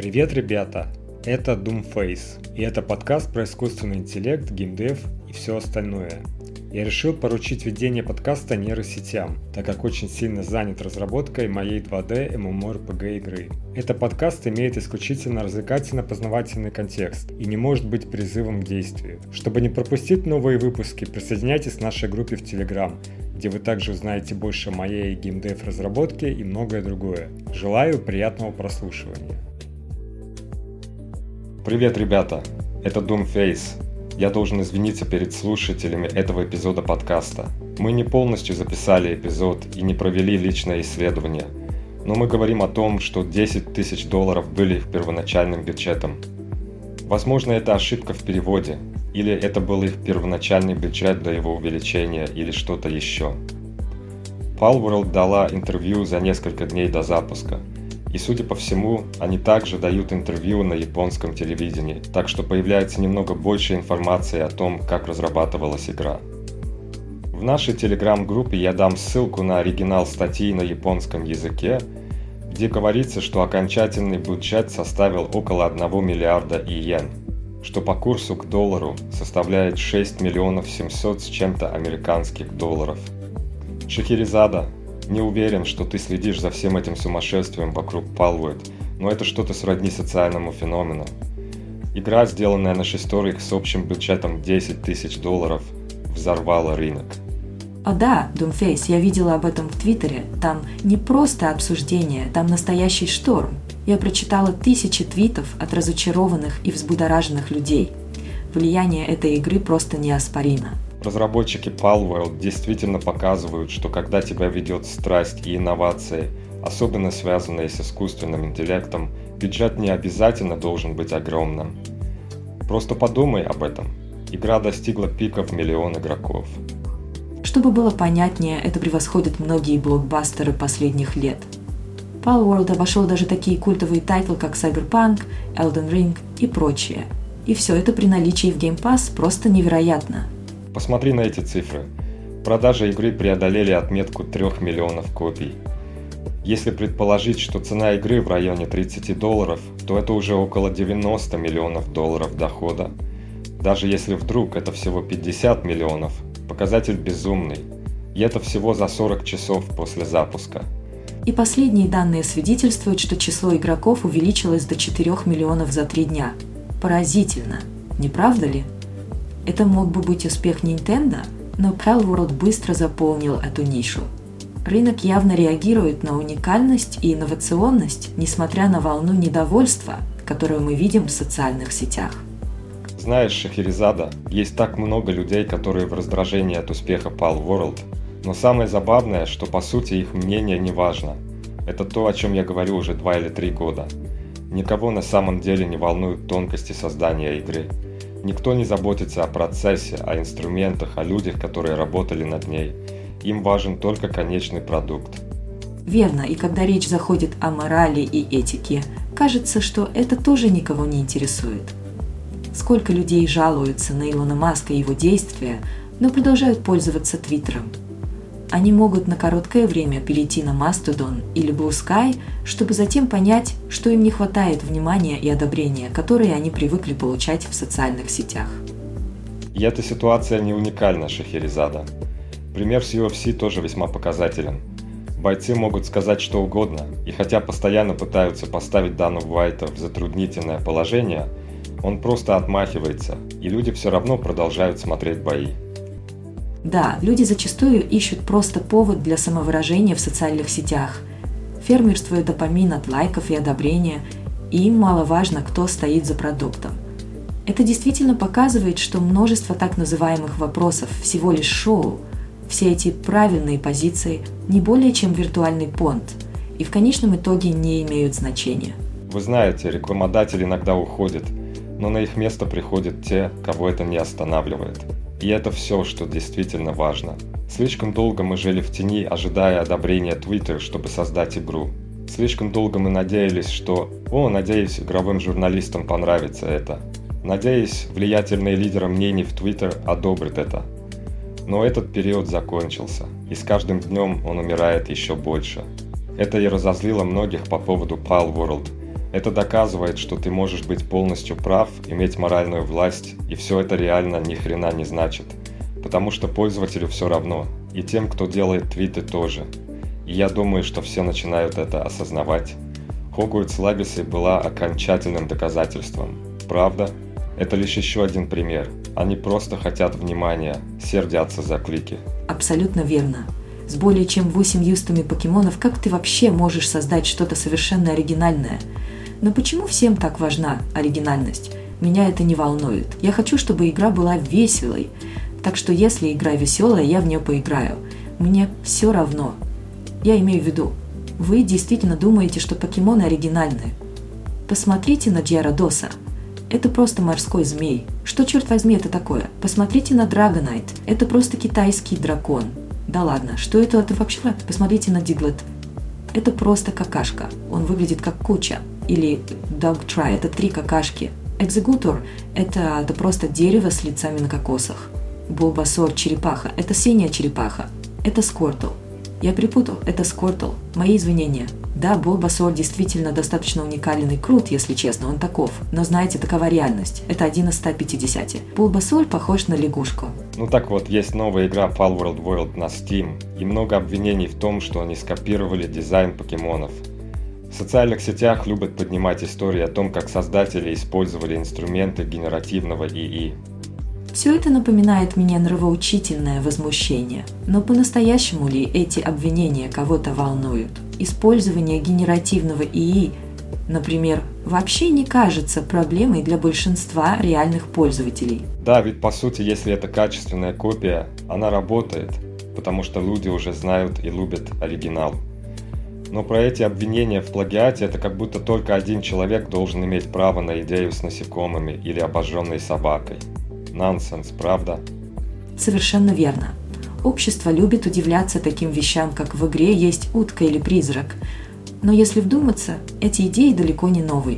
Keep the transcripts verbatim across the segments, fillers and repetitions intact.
Привет, ребята! Это Doomface, и это подкаст про искусственный интеллект, геймдев и все остальное. Я решил поручить ведение подкаста нейросетям, так как очень сильно занят разработкой моей два дэ MMORPG игры. Этот подкаст имеет исключительно развлекательно-познавательный контекст и не может быть призывом к действию. Чтобы не пропустить новые выпуски, присоединяйтесь к нашей группе в Telegram, где вы также узнаете больше о моей геймдев-разработке и многое другое. Желаю приятного прослушивания. Привет, ребята! Это Doomface. Я должен извиниться перед слушателями этого эпизода подкаста. Мы не полностью записали эпизод и не провели личное исследование, но мы говорим о том, что десять тысяч долларов были их первоначальным бюджетом. Возможно, это ошибка в переводе, или это был их первоначальный бюджет до его увеличения, или что-то еще. Palworld дала интервью за несколько дней до запуска. И, судя по всему, они также дают интервью на японском телевидении, так что появляется немного больше информации о том, как разрабатывалась игра. В нашей телеграм-группе я дам ссылку на оригинал статьи на японском языке, где говорится, что окончательный бюджет составил около одного миллиарда иен, что по курсу к доллару составляет шесть миллионов семьсот с чем-то американских долларов. Шахерезада, не уверен, что ты следишь за всем этим сумасшествием вокруг Palworld, но это что-то сродни социальному феномену. Игра, сделанная на шестерых с общим бюджетом десять тысяч долларов, взорвала рынок. О да, Doomface, я видела об этом в Твиттере. Там не просто обсуждение, там настоящий шторм. Я прочитала тысячи твитов от разочарованных и взбудораженных людей. Влияние этой игры просто неоспоримо. Разработчики Palworld действительно показывают, что когда тебя ведет страсть и инновации, особенно связанные с искусственным интеллектом, бюджет не обязательно должен быть огромным. Просто подумай об этом. Игра достигла пика в миллион игроков. Чтобы было понятнее, это превосходит многие блокбастеры последних лет. Palworld обошел даже такие культовые тайтлы, как Cyberpunk, Elden Ring и прочее. И все это при наличии в Game Pass просто невероятно. Посмотри на эти цифры. Продажи игры преодолели отметку трех миллионов копий. Если предположить, что цена игры в районе тридцать долларов, то это уже около девяносто миллионов долларов дохода. Даже если вдруг это всего пятьдесят миллионов, показатель безумный. И это всего за сорок часов после запуска. И последние данные свидетельствуют, что число игроков увеличилось до четырёх миллионов за три дня. Поразительно, не правда ли? Это мог бы быть успех Nintendo, но Palworld быстро заполнил эту нишу. Рынок явно реагирует на уникальность и инновационность, несмотря на волну недовольства, которую мы видим в социальных сетях. Знаешь, Шахерезада, есть так много людей, которые в раздражении от успеха Palworld, но самое забавное, что по сути их мнение не важно. Это то, о чем я говорю уже два или три года. Никого на самом деле не волнуют тонкости создания игры. Никто не заботится о процессе, о инструментах, о людях, которые работали над ней. Им важен только конечный продукт. Верно, и когда речь заходит о морали и этике, кажется, что это тоже никого не интересует. Сколько людей жалуются на Илона Маска и его действия, но продолжают пользоваться Твиттером. Они могут на короткое время перейти на Mastodon или Blue Sky, чтобы затем понять, что им не хватает внимания и одобрения, которые они привыкли получать в социальных сетях. И эта ситуация не уникальна, Шахерезада. Пример с ю эф си тоже весьма показателен. Бойцы могут сказать что угодно, и хотя постоянно пытаются поставить Дану Уайта в затруднительное положение, он просто отмахивается, и люди все равно продолжают смотреть бои. Да, люди зачастую ищут просто повод для самовыражения в социальных сетях, фермерствуя допамин от лайков и одобрения, и им мало важно, кто стоит за продуктом. Это действительно показывает, что множество так называемых вопросов всего лишь шоу, все эти правильные позиции не более чем виртуальный понт, и в конечном итоге не имеют значения. Вы знаете, рекламодатели иногда уходят, но на их место приходят те, кого это не останавливает. И это все, что действительно важно. Слишком долго мы жили в тени, ожидая одобрения Twitter, чтобы создать игру. Слишком долго мы надеялись, что «О, надеюсь, игровым журналистам понравится это». Надеюсь, влиятельные лидеры мнений в Twitter одобрят это. Но этот период закончился, и с каждым днем он умирает еще больше. Это и разозлило многих по поводу Palworld, Это доказывает, что ты можешь быть полностью прав, иметь моральную власть, и все это реально ни хрена не значит. Потому что пользователю все равно, и тем, кто делает твиты, тоже. И я думаю, что все начинают это осознавать. Hogwarts Legacy была окончательным доказательством. Правда? Это лишь еще один пример. Они просто хотят внимания, сердятся за клики. Абсолютно верно. С более чем восемьюстами покемонов как ты вообще можешь создать что-то совершенно оригинальное? Но почему всем так важна оригинальность? Меня это не волнует. Я хочу, чтобы игра была веселой. Так что если игра веселая, я в нее поиграю. Мне все равно. Я имею в виду, вы действительно думаете, что покемоны оригинальные? Посмотрите на Джиародоса. Это просто морской змей. Что, черт возьми, это такое? Посмотрите на Драгонайт. Это просто китайский дракон. Да ладно, что это, это вообще? Посмотрите на Диглет. Это просто какашка. Он выглядит как куча. Или Dogtry – это три какашки. Экзекутор – это, это просто дерево с лицами на кокосах. Булбасор – черепаха. Это синяя черепаха. Это Скортл. Я перепутал. Это Скортл. Мои извинения. Да, Булбасор действительно достаточно уникален и крут, если честно, он таков. Но знаете, такова реальность. Это один из ста пятидесяти. Булбасор похож на лягушку. Ну так вот, есть новая игра Palworld World на Steam, и много обвинений в том, что они скопировали дизайн покемонов. В социальных сетях любят поднимать истории о том, как создатели использовали инструменты генеративного ИИ. Все это напоминает мне нравоучительное возмущение. Но по-настоящему ли эти обвинения кого-то волнуют? Использование генеративного ИИ, например, вообще не кажется проблемой для большинства реальных пользователей. Да, ведь по сути, если это качественная копия, она работает, потому что люди уже знают и любят оригинал. Но про эти обвинения в плагиате это как будто только один человек должен иметь право на идею с насекомыми или обожженной собакой. Нонсенс, правда? Совершенно верно. Общество любит удивляться таким вещам, как в игре есть утка или призрак. Но если вдуматься, эти идеи далеко не новые.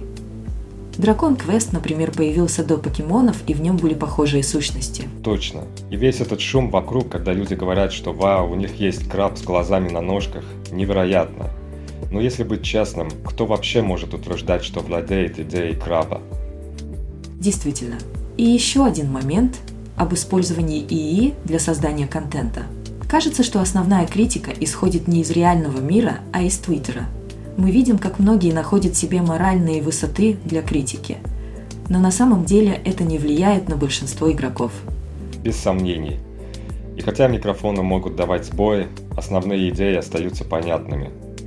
Дракон Квест, например, появился до покемонов, и в нем были похожие сущности. Точно. И весь этот шум вокруг, когда люди говорят, что вау, у них есть краб с глазами на ножках, невероятно. Но если быть честным, кто вообще может утверждать, что владеет идеей краба? Действительно. И еще один момент об использовании ИИ для создания контента. Кажется, что основная критика исходит не из реального мира, а из Твиттера. Мы видим, как многие находят себе моральные высоты для критики. Но на самом деле это не влияет на большинство игроков. Без сомнений. И хотя микрофоны могут давать сбои, основные идеи остаются понятными.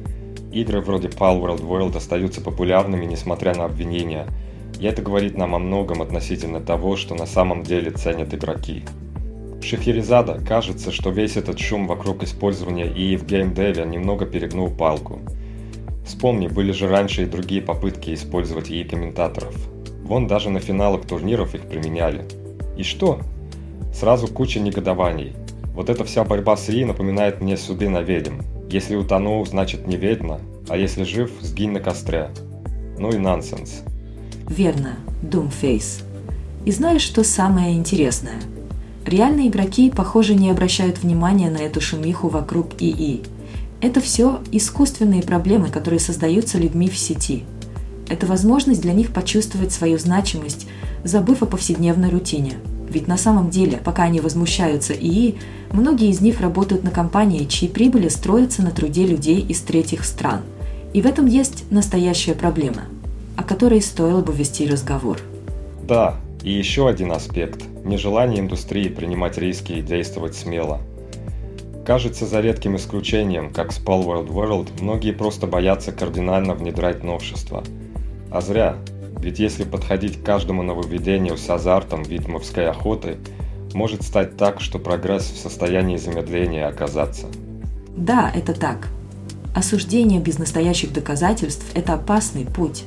Игры вроде Palworld World остаются популярными, несмотря на обвинения. И это говорит нам о многом относительно того, что на самом деле ценят игроки. Шахерезада, кажется, что весь этот шум вокруг использования ИИ в геймдеве немного перегнул палку. Вспомни, были же раньше и другие попытки использовать ИИ-комментаторов. Вон даже на финалах турниров их применяли. И что? Сразу куча негодований. Вот эта вся борьба с ИИ напоминает мне суды на ведьм. Если утонул, значит не ведьма, а если жив, сгинь на костре. Ну и нонсенс. Верно, Doomface. И знаешь, что самое интересное? Реальные игроки, похоже, не обращают внимания на эту шумиху вокруг ИИ. Это все искусственные проблемы, которые создаются людьми в сети. Это возможность для них почувствовать свою значимость, забыв о повседневной рутине. Ведь на самом деле, пока они возмущаются ИИ, многие из них работают на компании, чьи прибыли строятся на труде людей из третьих стран. И в этом есть настоящая проблема, о которой стоило бы вести разговор. Да, и еще один аспект – нежелание индустрии принимать риски и действовать смело. Кажется, за редким исключением, как с Palworld World, многие просто боятся кардинально внедрять новшества. А зря, ведь если подходить к каждому нововведению с азартом ведьмовской охоты, может стать так, что прогресс в состоянии замедления оказаться. Да, это так. Осуждение без настоящих доказательств – это опасный путь.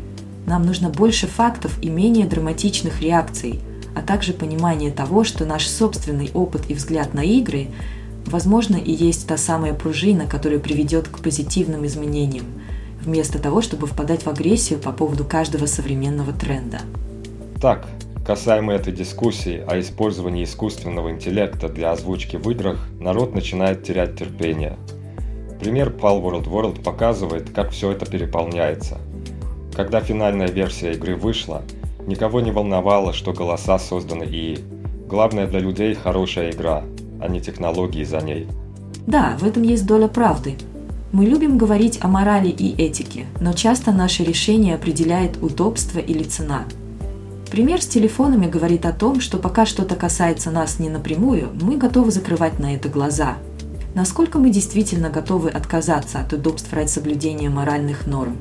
Нам нужно больше фактов и менее драматичных реакций, а также понимание того, что наш собственный опыт и взгляд на игры, возможно, и есть та самая пружина, которая приведет к позитивным изменениям, вместо того, чтобы впадать в агрессию по поводу каждого современного тренда. Так, касаемо этой дискуссии о использовании искусственного интеллекта для озвучки в играх, народ начинает терять терпение. Пример Palworld World показывает, как все это переполняется. Когда финальная версия игры вышла, никого не волновало, что голоса созданы ИИ. Главное для людей хорошая игра, а не технологии за ней. Да, в этом есть доля правды. Мы любим говорить о морали и этике, но часто наше решение определяет удобство или цена. Пример с телефонами говорит о том, что пока что-то касается нас не напрямую, мы готовы закрывать на это глаза. Насколько мы действительно готовы отказаться от удобств ради соблюдения моральных норм?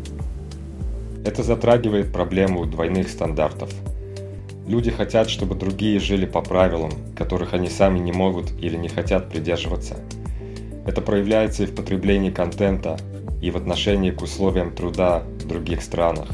Это затрагивает проблему двойных стандартов. Люди хотят, чтобы другие жили по правилам, которых они сами не могут или не хотят придерживаться. Это проявляется и в потреблении контента, и в отношении к условиям труда в других странах.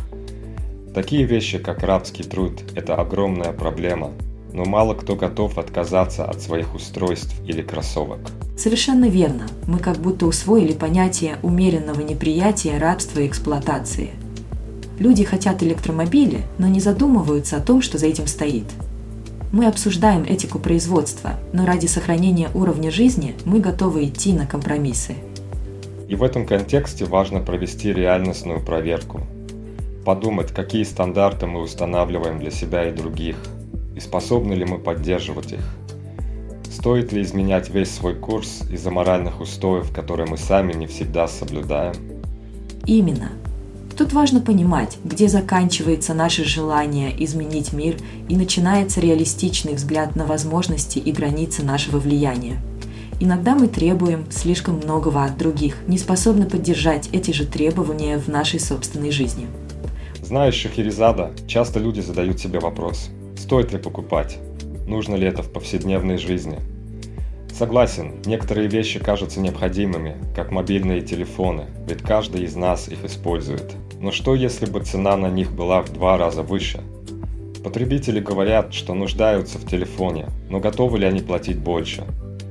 Такие вещи, как рабский труд, это огромная проблема, но мало кто готов отказаться от своих устройств или кроссовок. Совершенно верно. Мы как будто усвоили понятие умеренного неприятия рабства и эксплуатации. Люди хотят электромобили, но не задумываются о том, что за этим стоит. Мы обсуждаем этику производства, но ради сохранения уровня жизни мы готовы идти на компромиссы. И в этом контексте важно провести реальностную проверку. Подумать, какие стандарты мы устанавливаем для себя и других, и способны ли мы поддерживать их. Стоит ли изменять весь свой курс из-за моральных устоев, которые мы сами не всегда соблюдаем? Именно. Тут важно понимать, где заканчивается наше желание изменить мир и начинается реалистичный взгляд на возможности и границы нашего влияния. Иногда мы требуем слишком многого от других, не способны поддержать эти же требования в нашей собственной жизни. Знаешь, Шахерезада, часто люди задают себе вопрос, стоит ли покупать, нужно ли это в повседневной жизни. Согласен, некоторые вещи кажутся необходимыми, как мобильные телефоны, ведь каждый из нас их использует. Но что если бы цена на них была в два раза выше? Потребители говорят, что нуждаются в телефоне, но готовы ли они платить больше?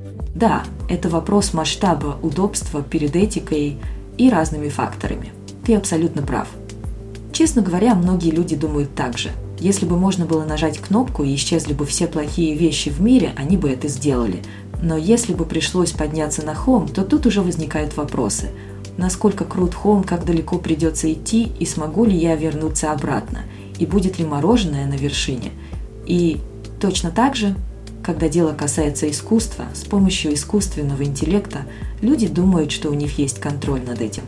Да, это вопрос масштаба удобства перед этикой и разными факторами. Ты абсолютно прав. Честно говоря, многие люди думают так же. Если бы можно было нажать кнопку и исчезли бы все плохие вещи в мире, они бы это сделали. Но если бы пришлось подняться на Home, то тут уже возникают вопросы. Насколько крут Home, как далеко придется идти, и смогу ли я вернуться обратно? И будет ли мороженое на вершине? И точно так же, когда дело касается искусства, с помощью искусственного интеллекта люди думают, что у них есть контроль над этим.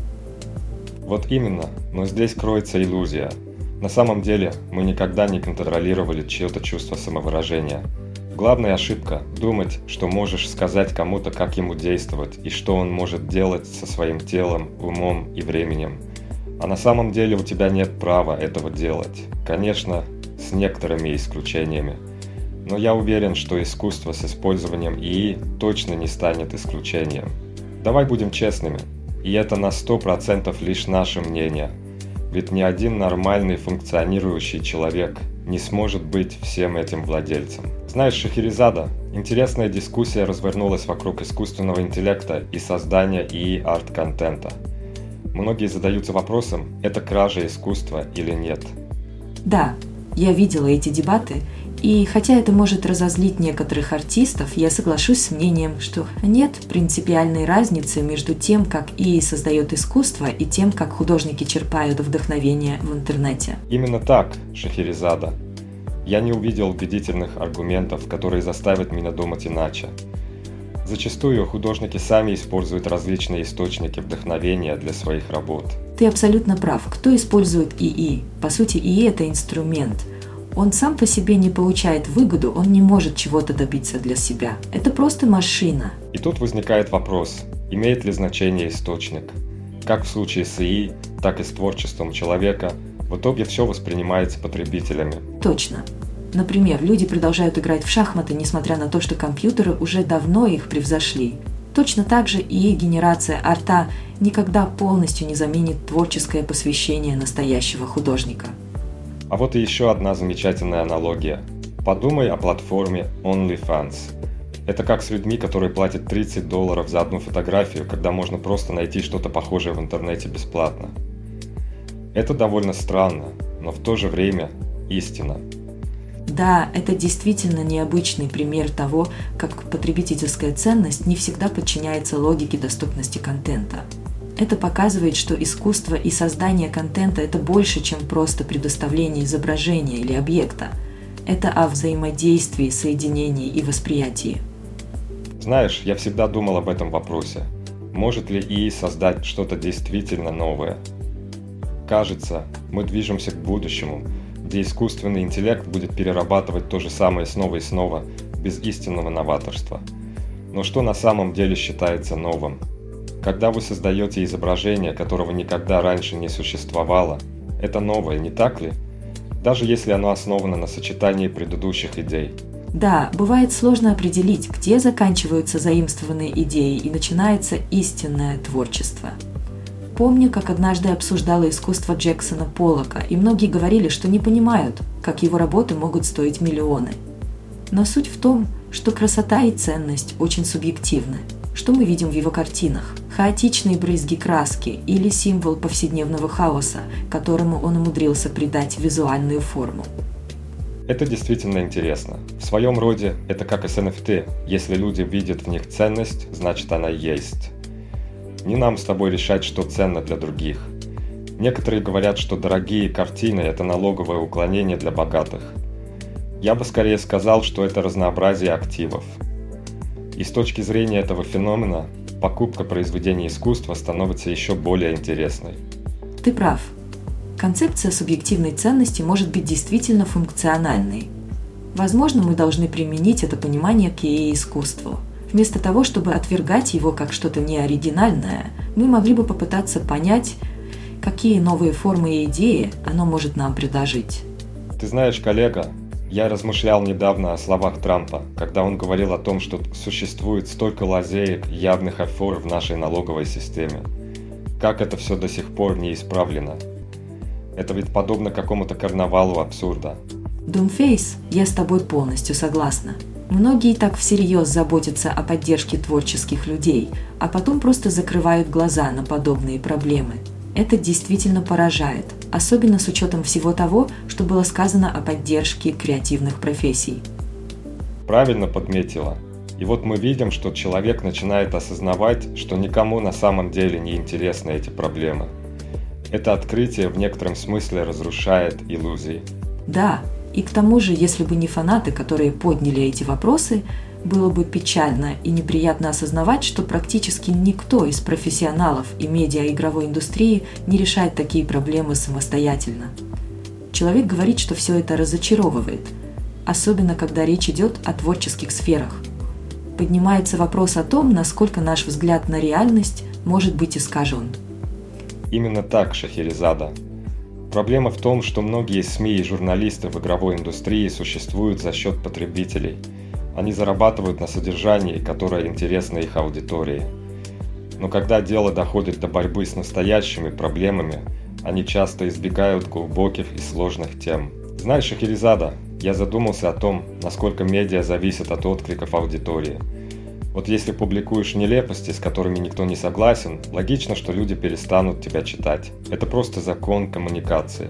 Вот именно, но здесь кроется иллюзия. На самом деле мы никогда не контролировали чье-то чувство самовыражения. Главная ошибка – думать, что можешь сказать кому-то, как ему действовать и что он может делать со своим телом, умом и временем. А на самом деле у тебя нет права этого делать. Конечно, с некоторыми исключениями. Но я уверен, что искусство с использованием ИИ точно не станет исключением. Давай будем честными. И это на сто процентов лишь наше мнение. Ведь ни один нормальный функционирующий человек не сможет быть всем этим владельцем. Знаешь, Шахерезада, интересная дискуссия развернулась вокруг искусственного интеллекта и создания ИИ арт-контента. Многие задаются вопросом, это кража искусства или нет. Да, я видела эти дебаты, и хотя это может разозлить некоторых артистов, я соглашусь с мнением, что нет принципиальной разницы между тем, как ИИ создает искусство, и тем, как художники черпают вдохновение в интернете. Именно так, Шахерезада. Я не увидел убедительных аргументов, которые заставят меня думать иначе. Зачастую художники сами используют различные источники вдохновения для своих работ. Ты абсолютно прав. Кто использует ИИ? По сути, ИИ – это инструмент. Он сам по себе не получает выгоду, он не может чего-то добиться для себя. Это просто машина. И тут возникает вопрос, имеет ли значение источник? Как в случае с ИИ, так и с творчеством человека, в итоге все воспринимается потребителями. Точно. Например, люди продолжают играть в шахматы, несмотря на то, что компьютеры уже давно их превзошли. Точно так же и генерация арта никогда полностью не заменит творческое посвящение настоящего художника. А вот и еще одна замечательная аналогия. Подумай о платформе OnlyFans. Это как с людьми, которые платят тридцать долларов за одну фотографию, когда можно просто найти что-то похожее в интернете бесплатно. Это довольно странно, но в то же время истина. Да, это действительно необычный пример того, как потребительская ценность не всегда подчиняется логике доступности контента. Это показывает, что искусство и создание контента – это больше, чем просто предоставление изображения или объекта. Это о взаимодействии, соединении и восприятии. Знаешь, я всегда думал об этом вопросе. Может ли ИИ создать что-то действительно новое? Кажется, мы движемся к будущему, где искусственный интеллект будет перерабатывать то же самое снова и снова, без истинного новаторства. Но что на самом деле считается новым? Когда вы создаете изображение, которого никогда раньше не существовало, это новое, не так ли? Даже если оно основано на сочетании предыдущих идей. Да, бывает сложно определить, где заканчиваются заимствованные идеи и начинается истинное творчество. Помню, как однажды обсуждала искусство Джексона Поллока, и многие говорили, что не понимают, как его работы могут стоить миллионы. Но суть в том, что красота и ценность очень субъективны. Что мы видим в его картинах? Хаотичные брызги краски или символ повседневного хаоса, которому он умудрился придать визуальную форму. Это действительно интересно. В своем роде это как с эн эф ти. Если люди видят в них ценность, значит она есть. Не нам с тобой решать, что ценно для других. Некоторые говорят, что дорогие картины – это налоговое уклонение для богатых. Я бы скорее сказал, что это разнообразие активов. И с точки зрения этого феномена, покупка произведений искусства становится еще более интересной. Ты прав. Концепция субъективной ценности может быть действительно функциональной. Возможно, мы должны применить это понимание к ИИ-искусству. Вместо того, чтобы отвергать его как что-то неоригинальное, мы могли бы попытаться понять, какие новые формы и идеи оно может нам предложить. Ты знаешь, коллега, я размышлял недавно о словах Трампа, когда он говорил о том, что существует столько лазеек и явных афер в нашей налоговой системе. Как это все до сих пор не исправлено? Это ведь подобно какому-то карнавалу абсурда. Doomface, я с тобой полностью согласна. Многие так всерьез заботятся о поддержке творческих людей, а потом просто закрывают глаза на подобные проблемы. Это действительно поражает, особенно с учетом всего того, что было сказано о поддержке креативных профессий. Правильно подметила. И вот мы видим, что человек начинает осознавать, что никому на самом деле не интересны эти проблемы. Это открытие в некотором смысле разрушает иллюзии. Да, и к тому же, если бы не фанаты, которые подняли эти вопросы, было бы печально и неприятно осознавать, что практически никто из профессионалов и медиа-игровой индустрии не решает такие проблемы самостоятельно. Человек говорит, что все это разочаровывает, особенно когда речь идет о творческих сферах. Поднимается вопрос о том, насколько наш взгляд на реальность может быть искажен. Именно так, Шахерезада. Проблема в том, что многие СМИ и журналисты в игровой индустрии существуют за счет потребителей. Они зарабатывают на содержании, которое интересно их аудитории. Но когда дело доходит до борьбы с настоящими проблемами, они часто избегают глубоких и сложных тем. Знаешь, Шахерезада, я задумался о том, насколько медиа зависит от откликов аудитории. Вот если публикуешь нелепости, с которыми никто не согласен, логично, что люди перестанут тебя читать. Это просто закон коммуникации.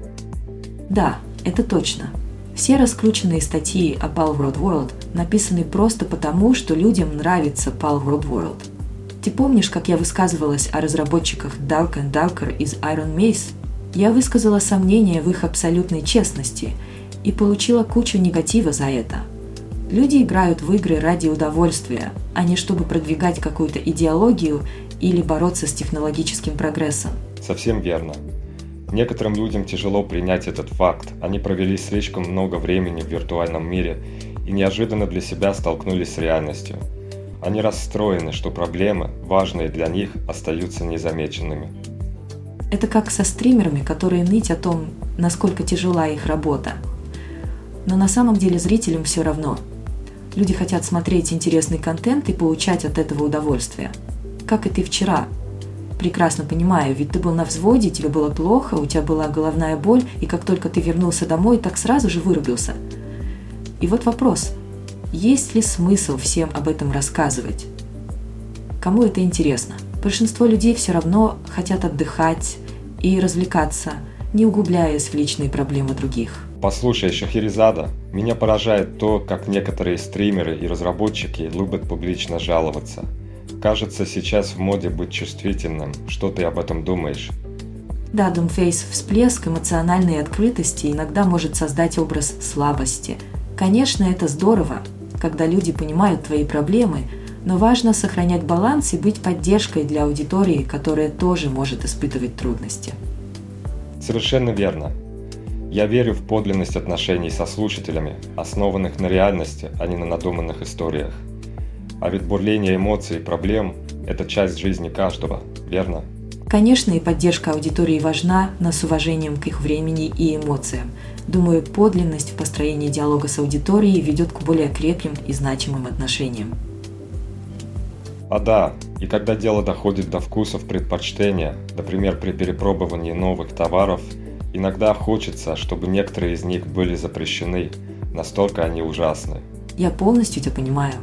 Да, это точно. Все раскрученные статьи о Palworld World написаны просто потому, что людям нравится Palworld World. Ты помнишь, как я высказывалась о разработчиках Dark and Darker из Iron Maze? Я высказала сомнения в их абсолютной честности и получила кучу негатива за это. Люди играют в игры ради удовольствия, а не чтобы продвигать какую-то идеологию или бороться с технологическим прогрессом. Совсем верно. Некоторым людям тяжело принять этот факт. Они провели слишком много времени в виртуальном мире и неожиданно для себя столкнулись с реальностью. Они расстроены, что проблемы, важные для них, остаются незамеченными. Это как со стримерами, которые ныть о том, насколько тяжела их работа. Но на самом деле зрителям все равно. Люди хотят смотреть интересный контент и получать от этого удовольствие. Как и ты вчера. Прекрасно понимаю, ведь ты был на взводе, тебе было плохо, у тебя была головная боль, и как только ты вернулся домой, так сразу же вырубился. И вот вопрос, есть ли смысл всем об этом рассказывать? Кому это интересно? Большинство людей все равно хотят отдыхать и развлекаться, не углубляясь в личные проблемы других. Послушай, Шахерезада, меня поражает то, как некоторые стримеры и разработчики любят публично жаловаться. Кажется, сейчас в моде быть чувствительным. Что ты об этом думаешь? Да, Doomface, всплеск эмоциональной открытости иногда может создать образ слабости. Конечно, это здорово, когда люди понимают твои проблемы, но важно сохранять баланс и быть поддержкой для аудитории, которая тоже может испытывать трудности. Совершенно верно. Я верю в подлинность отношений со слушателями, основанных на реальности, а не на надуманных историях. А ведь бурление эмоций и проблем – это часть жизни каждого, верно? Конечно, и поддержка аудитории важна, но с уважением к их времени и эмоциям. Думаю, подлинность в построении диалога с аудиторией ведет к более крепким и значимым отношениям. А да, и когда дело доходит до вкусов предпочтения, например, при перепробовании новых товаров, иногда хочется, чтобы некоторые из них были запрещены, настолько они ужасны. Я полностью тебя понимаю.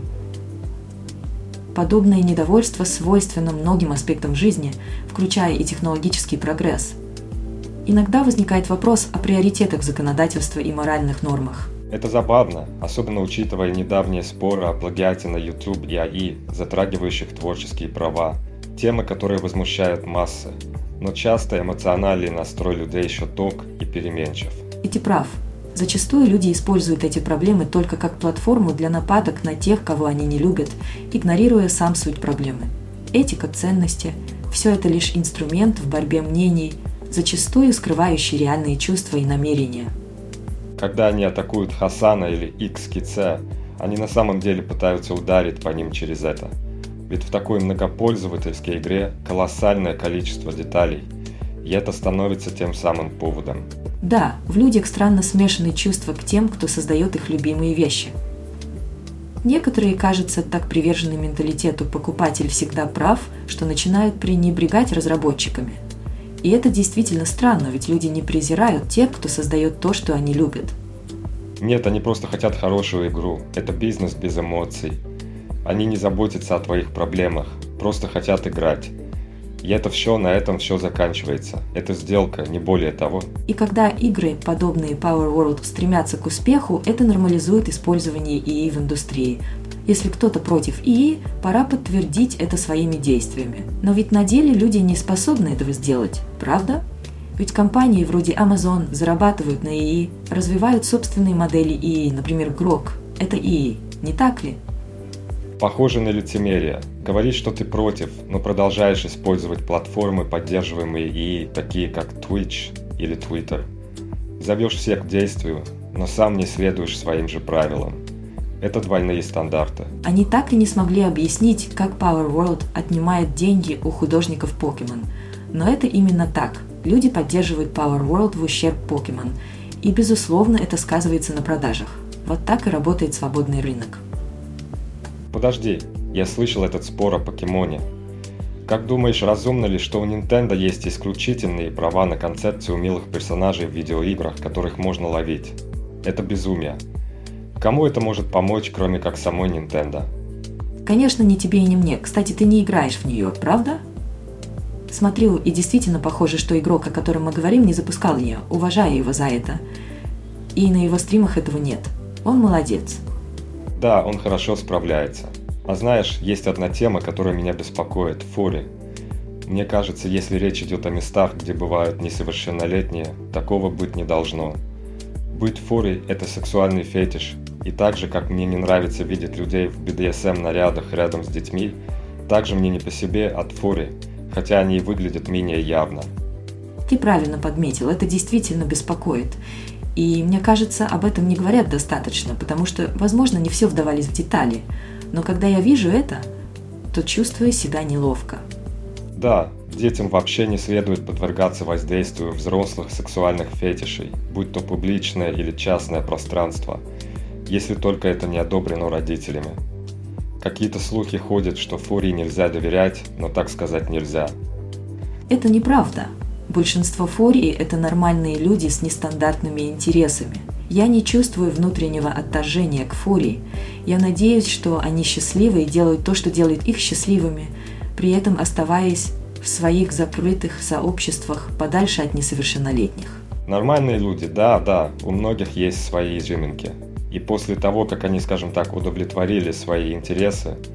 Подобное недовольство свойственно многим аспектам жизни, включая и технологический прогресс. Иногда возникает вопрос о приоритетах законодательства и моральных нормах. Это забавно, особенно учитывая недавние споры о плагиате на YouTube и эй ай, затрагивающих творческие права, темы, которые возмущают массы, но часто эмоциональный настрой людей еще тонк и переменчив. И ты прав. Зачастую люди используют эти проблемы только как платформу для нападок на тех, кого они не любят, игнорируя сам суть проблемы. Этика, ценности – все это лишь инструмент в борьбе мнений, зачастую скрывающий реальные чувства и намерения. Когда они атакуют Хасана или X-Kids, они на самом деле пытаются ударить по ним через это. Ведь в такой многопользовательской игре колоссальное количество деталей, и это становится тем самым поводом. Да, в людях странно смешанные чувства к тем, кто создает их любимые вещи. Некоторые, кажется, так привержены менталитету «покупатель всегда прав», что начинают пренебрегать разработчиками. И это действительно странно, ведь люди не презирают тех, кто создает то, что они любят. Нет, они просто хотят хорошую игру. Это бизнес без эмоций. Они не заботятся о твоих проблемах, просто хотят играть. И это все, на этом все заканчивается. Это сделка, не более того. И когда игры, подобные Power World, стремятся к успеху, это нормализует использование ИИ в индустрии. Если кто-то против ИИ, пора подтвердить это своими действиями. Но ведь на деле люди не способны этого сделать, правда? Ведь компании вроде Amazon зарабатывают на ИИ, развивают собственные модели ИИ, например, Grok. Это ИИ, не так ли? Похоже на лицемерие. Говоришь, что ты против, но продолжаешь использовать платформы, поддерживаемые ИИ, такие как Twitch или Twitter. Зовешь всех к действию, но сам не следуешь своим же правилам. Это двойные стандарты. Они так и не смогли объяснить, как Power World отнимает деньги у художников Pokemon. Но это именно так. Люди поддерживают Power World в ущерб Pokemon. И, безусловно, это сказывается на продажах. Вот так и работает свободный рынок. Подожди, я слышал этот спор о покемоне. Как думаешь, разумно ли, что у Nintendo есть исключительные права на концепцию милых персонажей в видеоиграх, которых можно ловить? Это безумие. Кому это может помочь, кроме как самой Nintendo? Конечно, не тебе и не мне. Кстати, ты не играешь в нее, правда? Смотрю, и действительно похоже, что игрок, о котором мы говорим, не запускал ее, уважая его за это. И на его стримах этого нет. Он молодец. Да, он хорошо справляется. А знаешь, есть одна тема, которая меня беспокоит – фури. Мне кажется, если речь идет о местах, где бывают несовершеннолетние, такого быть не должно. Быть фури – это сексуальный фетиш, и так же, как мне не нравится видеть людей в би ди эс эм-нарядах рядом с детьми, так же мне не по себе от фури, хотя они и выглядят менее явно. Ты правильно подметил, это действительно беспокоит. И мне кажется, об этом не говорят достаточно, потому что, возможно, не все вдавались в детали. Но когда я вижу это, то чувствую себя неловко. Да, детям вообще не следует подвергаться воздействию взрослых сексуальных фетишей, будь то публичное или частное пространство, если только это не одобрено родителями. Какие-то слухи ходят, что фурии нельзя доверять, но так сказать нельзя. Это неправда. Большинство фурий – это нормальные люди с нестандартными интересами. Я не чувствую внутреннего отторжения к фурии. Я надеюсь, что они счастливы и делают то, что делает их счастливыми, при этом оставаясь в своих закрытых сообществах подальше от несовершеннолетних. Нормальные люди, да, да, у многих есть свои изюминки. И после того, как они, скажем так, удовлетворили свои интересы,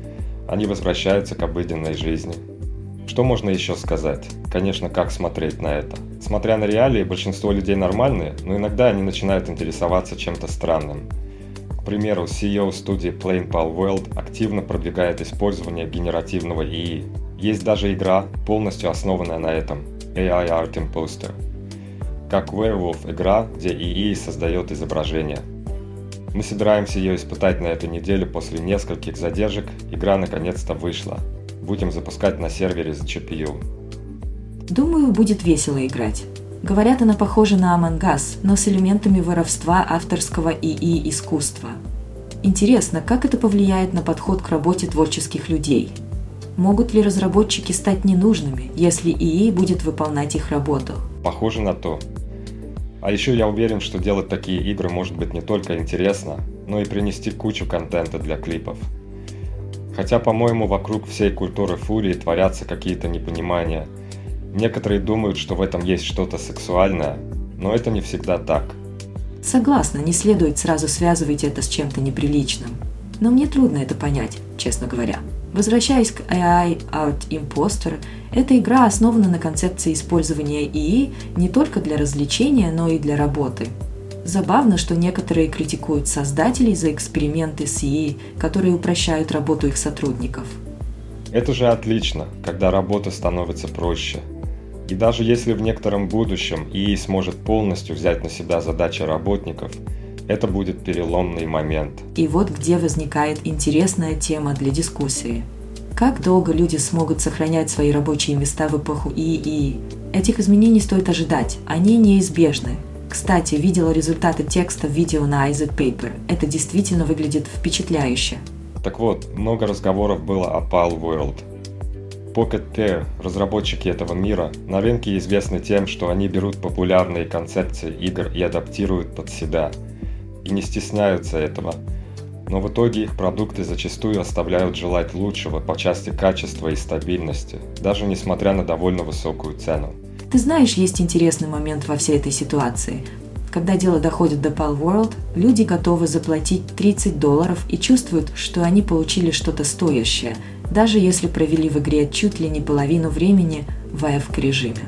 Они возвращаются к обыденной жизни. Что можно еще сказать? Конечно, как смотреть на это? Смотря на реалии, большинство людей нормальные, но иногда они начинают интересоваться чем-то странным. К примеру, си и о студии Plain Pal World активно продвигает использование генеративного и и. Есть даже игра, полностью основанная на этом – эй ай Art Imposter. Как Werewolf игра, где и и создает изображение. Мы собираемся ее испытать на этой неделе после нескольких задержек, игра наконец-то вышла. Будем запускать на сервере с джи пи ю. Думаю, будет весело играть. Говорят, она похожа на Among Us, но с элементами воровства авторского и и искусства. Интересно, как это повлияет на подход к работе творческих людей? Могут ли разработчики стать ненужными, если и и будет выполнять их работу? Похоже на то. А еще я уверен, что делать такие игры может быть не только интересно, но и принести кучу контента для клипов. Хотя, по-моему, вокруг всей культуры фурии творятся какие-то непонимания. Некоторые думают, что в этом есть что-то сексуальное, но это не всегда так. Согласна, не следует сразу связывать это с чем-то неприличным. Но мне трудно это понять, честно говоря. Возвращаясь к эй ай Art Imposter, эта игра основана на концепции использования и и не только для развлечения, но и для работы. Забавно, что некоторые критикуют создателей за эксперименты с и и, которые упрощают работу их сотрудников. Это же отлично, когда работа становится проще. И даже если в некотором будущем и и сможет полностью взять на себя задачи работников, это будет переломный момент. И вот где возникает интересная тема для дискуссии. Как долго люди смогут сохранять свои рабочие места в эпоху и и? Этих изменений стоит ожидать, они неизбежны. Кстати, видела результаты текста в видео на Isaac Paper. Это действительно выглядит впечатляюще. Так вот, много разговоров было о Pal World. Pocket Pair, разработчики этого мира, на рынке известны тем, что они берут популярные концепции игр и адаптируют под себя. И не стесняются этого. Но в итоге их продукты зачастую оставляют желать лучшего по части качества и стабильности, даже несмотря на довольно высокую цену. Ты знаешь, есть интересный момент во всей этой ситуации. Когда дело доходит до Pal World, люди готовы заплатить тридцать долларов и чувствуют, что они получили что-то стоящее, даже если провели в игре чуть ли не половину времени в эй эф кей-режиме.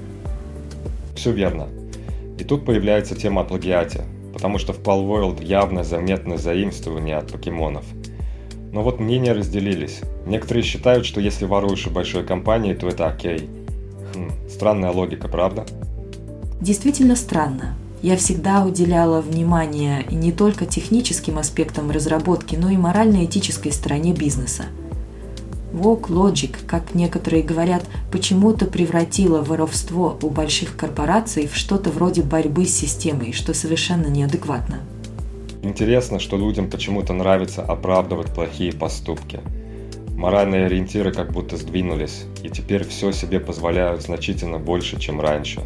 Все верно. И тут появляется тема о плагиате, потому что в Pal World явно заметно заимствование от покемонов. Но вот мнения разделились. Некоторые считают, что если воруешь у большой компании, то это окей. Хм, странная логика, правда? Действительно странно. Я всегда уделяла внимание не только техническим аспектам разработки, но и морально-этической стороне бизнеса. Walk Logic, как некоторые говорят, почему-то превратила воровство у больших корпораций в что-то вроде борьбы с системой, что совершенно неадекватно. Интересно, что людям почему-то нравится оправдывать плохие поступки. Моральные ориентиры как будто сдвинулись, и теперь все себе позволяют значительно больше, чем раньше.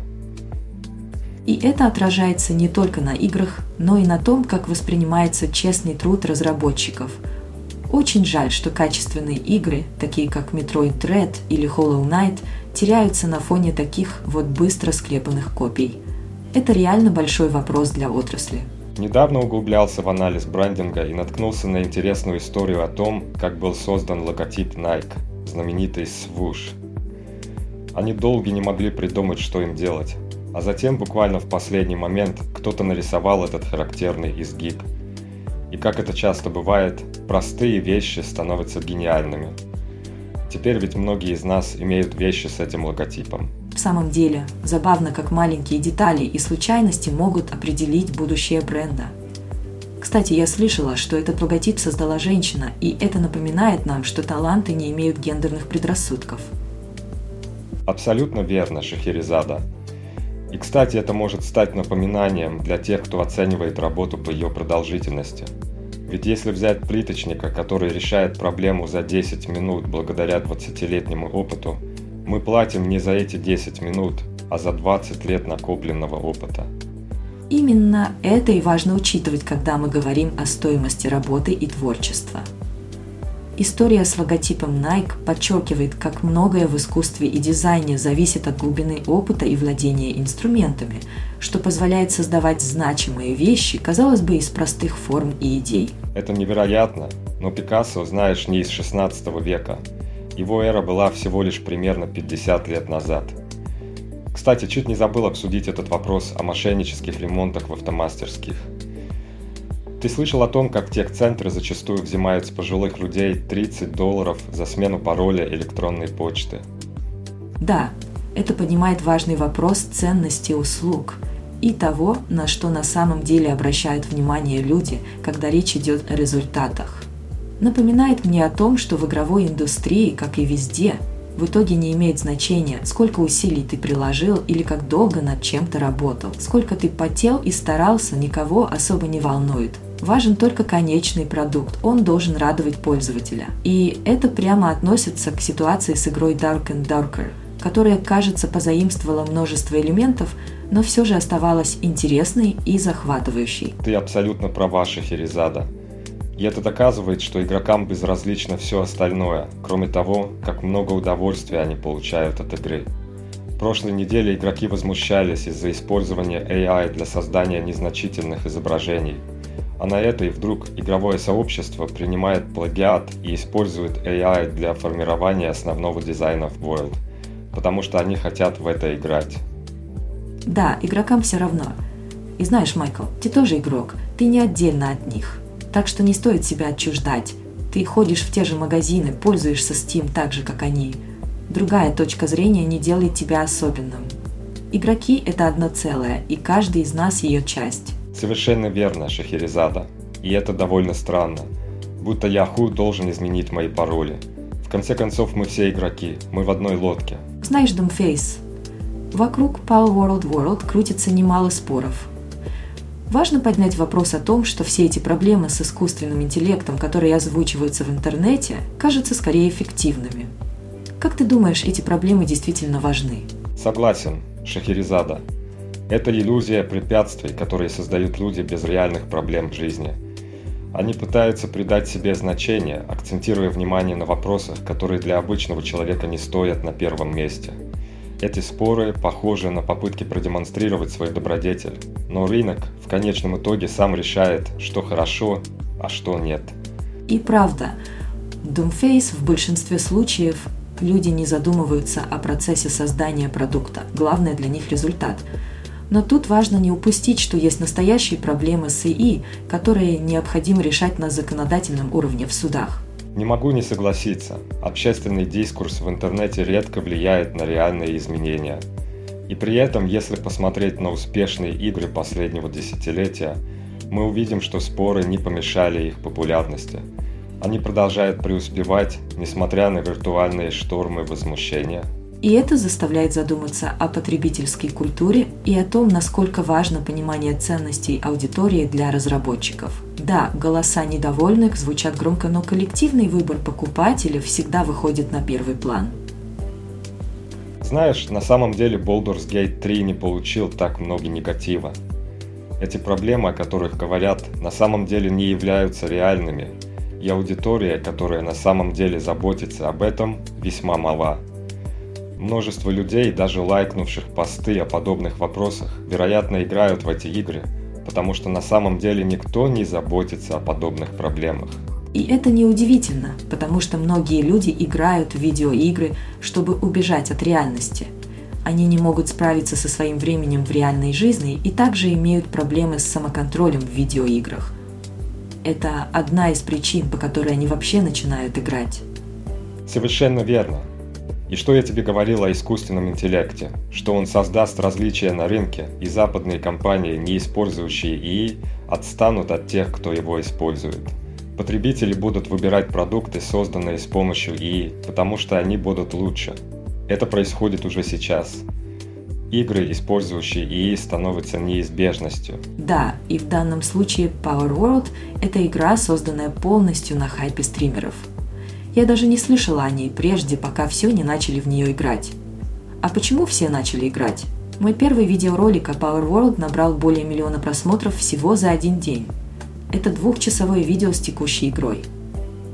И это отражается не только на играх, но и на том, как воспринимается честный труд разработчиков. Очень жаль, что качественные игры, такие как Metroid Dread или Hollow Knight, теряются на фоне таких вот быстро склепанных копий. Это реально большой вопрос для отрасли. Недавно углублялся в анализ брендинга и наткнулся на интересную историю о том, как был создан логотип Nike, знаменитый свуш. Они долго не могли придумать, что им делать, а затем буквально в последний момент кто-то нарисовал этот характерный изгиб. И как это часто бывает, простые вещи становятся гениальными. Теперь ведь многие из нас имеют вещи с этим логотипом. В самом деле, забавно, как маленькие детали и случайности могут определить будущее бренда. Кстати, я слышала, что этот логотип создала женщина, и это напоминает нам, что таланты не имеют гендерных предрассудков. Абсолютно верно, Шахерезада. И, кстати, это может стать напоминанием для тех, кто оценивает работу по ее продолжительности. Ведь если взять плиточника, который решает проблему за десять минут благодаря двадцатилетнему опыту, мы платим не за эти десять минут, а за двадцать лет накопленного опыта. Именно это и важно учитывать, когда мы говорим о стоимости работы и творчества. История с логотипом Nike подчеркивает, как многое в искусстве и дизайне зависит от глубины опыта и владения инструментами, что позволяет создавать значимые вещи, казалось бы, из простых форм и идей. Это невероятно, но Пикассо, знаешь, не из шестнадцатого века. Его эра была всего лишь примерно пятьдесят лет назад. Кстати, чуть не забыл обсудить этот вопрос о мошеннических ремонтах в автомастерских. Ты слышал о том, как техцентры зачастую взимают с пожилых людей тридцать долларов за смену пароля электронной почты? Да, это поднимает важный вопрос ценности услуг и того, на что на самом деле обращают внимание люди, когда речь идет о результатах. Напоминает мне о том, что в игровой индустрии, как и везде, в итоге не имеет значения, сколько усилий ты приложил или как долго над чем-то работал. Сколько ты потел и старался, никого особо не волнует. Важен только конечный продукт, он должен радовать пользователя. И это прямо относится к ситуации с игрой Dark and Darker, которая, кажется, позаимствовала множество элементов, но все же оставалась интересной и захватывающей. Ты абсолютно права, Шахерезада. И это доказывает, что игрокам безразлично все остальное, кроме того, как много удовольствия они получают от игры. В прошлой неделе игроки возмущались из-за использования эй ай для создания незначительных изображений. А на это и вдруг игровое сообщество принимает плагиат и использует эй ай для формирования основного дизайна в World, потому что они хотят в это играть. Да, игрокам все равно. И знаешь, Майкл, ты тоже игрок, ты не отдельно от них. Так что не стоит себя отчуждать. Ты ходишь в те же магазины, пользуешься Steam так же, как они. Другая точка зрения не делает тебя особенным. Игроки – это одно целое, и каждый из нас ее часть. Совершенно верно, Шахерезада. И это довольно странно. Будто Yahoo должен изменить мои пароли. В конце концов, мы все игроки, мы в одной лодке. Знаешь, Doomface, вокруг Power World World крутится немало споров. Важно поднять вопрос о том, что все эти проблемы с искусственным интеллектом, которые озвучиваются в интернете, кажутся скорее фиктивными. Как ты думаешь, эти проблемы действительно важны? Согласен, Шахерезада. Это иллюзия препятствий, которые создают люди без реальных проблем в жизни. Они пытаются придать себе значение, акцентируя внимание на вопросах, которые для обычного человека не стоят на первом месте. Эти споры похожи на попытки продемонстрировать свой добродетель, но рынок в конечном итоге сам решает, что хорошо, а что нет. И правда, Doomface в большинстве случаев люди не задумываются о процессе создания продукта, главное для них результат. Но тут важно не упустить, что есть настоящие проблемы с эй ай, которые необходимо решать на законодательном уровне в судах. Не могу не согласиться, общественный дискурс в интернете редко влияет на реальные изменения. И при этом, если посмотреть на успешные игры последнего десятилетия, мы увидим, что споры не помешали их популярности. Они продолжают преуспевать, несмотря на виртуальные штормы возмущения. И это заставляет задуматься о потребительской культуре и о том, насколько важно понимание ценностей аудитории для разработчиков. Да, голоса недовольных звучат громко, но коллективный выбор покупателя всегда выходит на первый план. Знаешь, на самом деле Baldur's Gate три не получил так много негатива. Эти проблемы, о которых говорят, на самом деле не являются реальными, и аудитория, которая на самом деле заботится об этом, весьма мала. Множество людей, даже лайкнувших посты о подобных вопросах, вероятно, играют в эти игры, потому что на самом деле никто не заботится о подобных проблемах. И это неудивительно, потому что многие люди играют в видеоигры, чтобы убежать от реальности. Они не могут справиться со своим временем в реальной жизни и также имеют проблемы с самоконтролем в видеоиграх. Это одна из причин, по которой они вообще начинают играть. Совершенно верно. И что я тебе говорил о искусственном интеллекте? Что он создаст различия на рынке, и западные компании, не использующие эй ай, отстанут от тех, кто его использует. Потребители будут выбирать продукты, созданные с помощью эй ай, потому что они будут лучше. Это происходит уже сейчас. Игры, использующие эй ай, становятся неизбежностью. Да, и в данном случае Power World – это игра, созданная полностью на хайпе стримеров. Я даже не слышала о ней прежде, пока все не начали в нее играть. А почему все начали играть? Мой первый видеоролик о Power World набрал более миллиона просмотров всего за один день. Это двухчасовое видео с текущей игрой.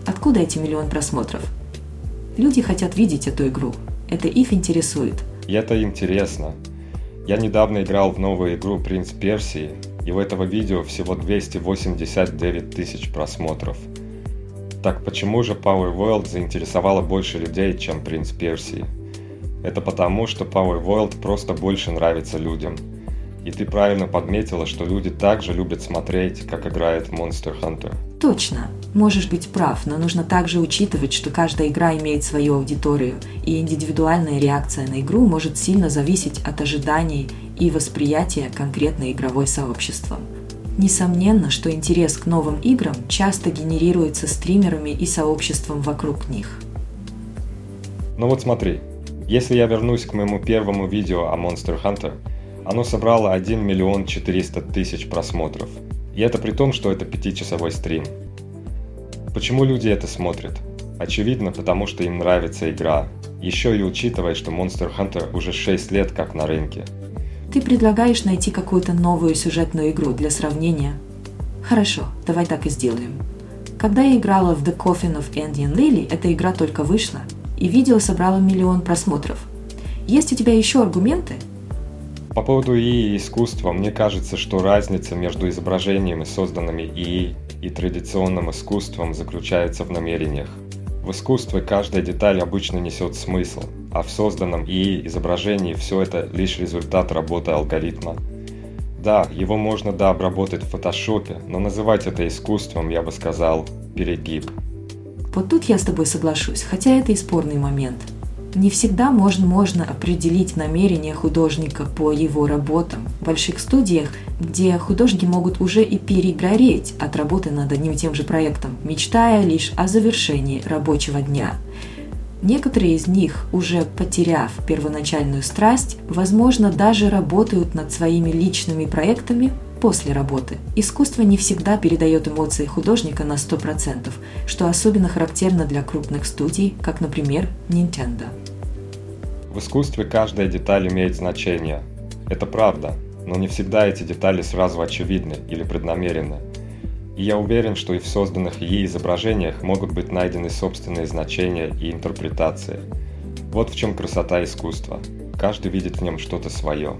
Откуда эти миллион просмотров? Люди хотят видеть эту игру. Это их интересует. И это интересно. Я недавно играл в новую игру «Принц Персии», и у этого видео всего двести восемьдесят девять тысяч просмотров. Так почему же Power World заинтересовала больше людей, чем «Принц Персии»? Это потому, что Power World просто больше нравится людям. И ты правильно подметила, что люди также любят смотреть, как играет Monster Hunter. Точно. Можешь быть прав, но нужно также учитывать, что каждая игра имеет свою аудиторию, и индивидуальная реакция на игру может сильно зависеть от ожиданий и восприятия конкретной игровой сообществом. Несомненно, что интерес к новым играм часто генерируется стримерами и сообществом вокруг них. Ну вот смотри, если я вернусь к моему первому видео о Monster Hunter, оно собрало один миллион четыреста тысяч просмотров. И это при том, что это пятичасовой стрим. Почему люди это смотрят? Очевидно, потому что им нравится игра. Еще и учитывая, что Monster Hunter уже шесть лет как на рынке. Ты предлагаешь найти какую-то новую сюжетную игру для сравнения? Хорошо, давай так и сделаем. Когда я играла в The Coffin of Andy and Lily, эта игра только вышла, и видео собрало миллион просмотров. Есть у тебя еще аргументы? По поводу и и и искусства, мне кажется, что разница между изображениями, созданными и и и, и традиционным искусством заключается в намерениях. В искусстве каждая деталь обычно несет смысл, а в созданном и и и изображении все это лишь результат работы алгоритма. Да, его можно дообработать в фотошопе, но называть это искусством, я бы сказал, перегиб. Вот тут я с тобой соглашусь, хотя это и спорный момент. Не всегда можно, можно определить намерения художника по его работам. В больших студиях, где художники могут уже и перегореть от работы над одним и тем же проектом, мечтая лишь о завершении рабочего дня. Некоторые из них, уже потеряв первоначальную страсть, возможно, даже работают над своими личными проектами после работы. Искусство не всегда передает эмоции художника на сто процентов, что особенно характерно для крупных студий, как, например, Nintendo. В искусстве каждая деталь имеет значение. Это правда, но не всегда эти детали сразу очевидны или преднамеренны. И я уверен, что и в созданных и и изображениях могут быть найдены собственные значения и интерпретации. Вот в чем красота искусства. Каждый видит в нем что-то свое.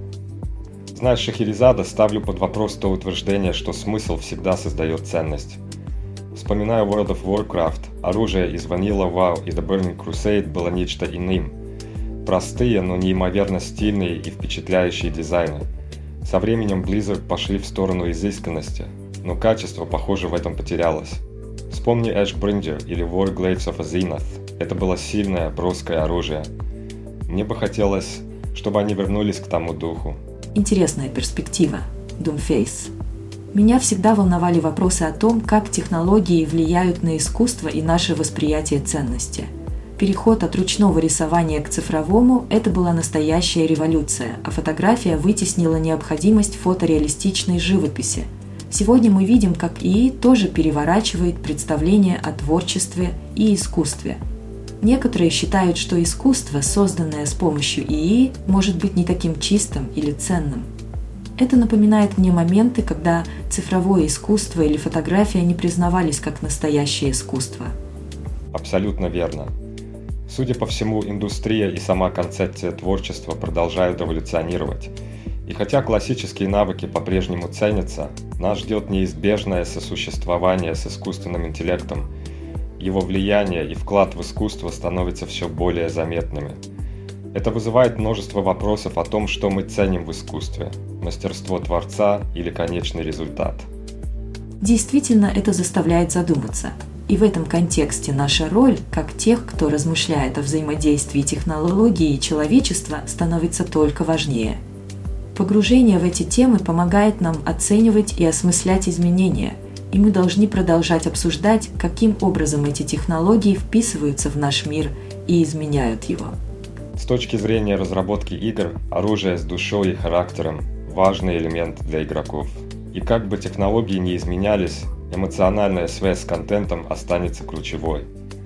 Знаешь, Шахерезада, ставлю под вопрос то утверждение, что смысл всегда создает ценность. Вспоминаю World of Warcraft, оружие из Vanilla WoW и The Burning Crusade было нечто иным. Простые, но неимоверно стильные и впечатляющие дизайны. Со временем Blizzard пошли в сторону изысканности, но качество, похоже, в этом потерялось. Вспомни Ashbringer или Warglaives of Azeroth. Это было сильное, броское оружие. Мне бы хотелось, чтобы они вернулись к тому духу. Интересная перспектива. Doomface. Меня всегда волновали вопросы о том, как технологии влияют на искусство и наше восприятие ценности. Переход от ручного рисования к цифровому – это была настоящая революция, а фотография вытеснила необходимость фотореалистичной живописи. Сегодня мы видим, как и и тоже переворачивает представление о творчестве и искусстве. Некоторые считают, что искусство, созданное с помощью и и, может быть не таким чистым или ценным. Это напоминает мне моменты, когда цифровое искусство или фотография не признавались как настоящее искусство. Абсолютно верно. Судя по всему, индустрия и сама концепция творчества продолжают эволюционировать. И хотя классические навыки по-прежнему ценятся, нас ждет неизбежное сосуществование с искусственным интеллектом. Его влияние и вклад в искусство становятся все более заметными. Это вызывает множество вопросов о том, что мы ценим в искусстве – мастерство творца или конечный результат. Действительно, это заставляет задуматься. И в этом контексте наша роль, как тех, кто размышляет о взаимодействии технологии и человечества, становится только важнее. Погружение в эти темы помогает нам оценивать и осмыслять изменения, и мы должны продолжать обсуждать, каким образом эти технологии вписываются в наш мир и изменяют его. С точки зрения разработки игр, оружие с душой и характером – важный элемент для игроков. И как бы технологии не изменялись, эмоциональная связь с контентом останется ключевой.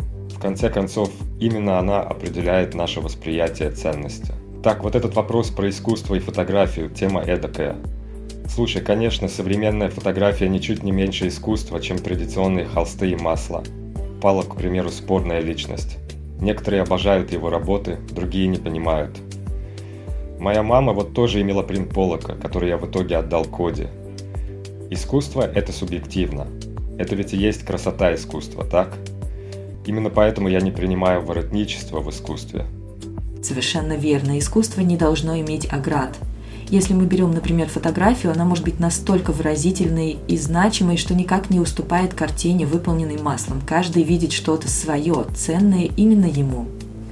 В конце концов, именно она определяет наше восприятие ценности. Так, вот этот вопрос про искусство и фотографию – тема эдакая. Слушай, конечно, современная фотография ничуть не меньше искусства, чем традиционные холсты и масла. Палок, к примеру, спорная личность. Некоторые обожают его работы, другие не понимают. Моя мама вот тоже имела принт Поллока, который я в итоге отдал Коди. Искусство – это субъективно. Это ведь и есть красота искусства, так? Именно поэтому я не принимаю воротничество в искусстве. Совершенно верно. Искусство не должно иметь оград. Если мы берем, например, фотографию, она может быть настолько выразительной и значимой, что никак не уступает картине, выполненной маслом. Каждый видит что-то свое, ценное именно ему.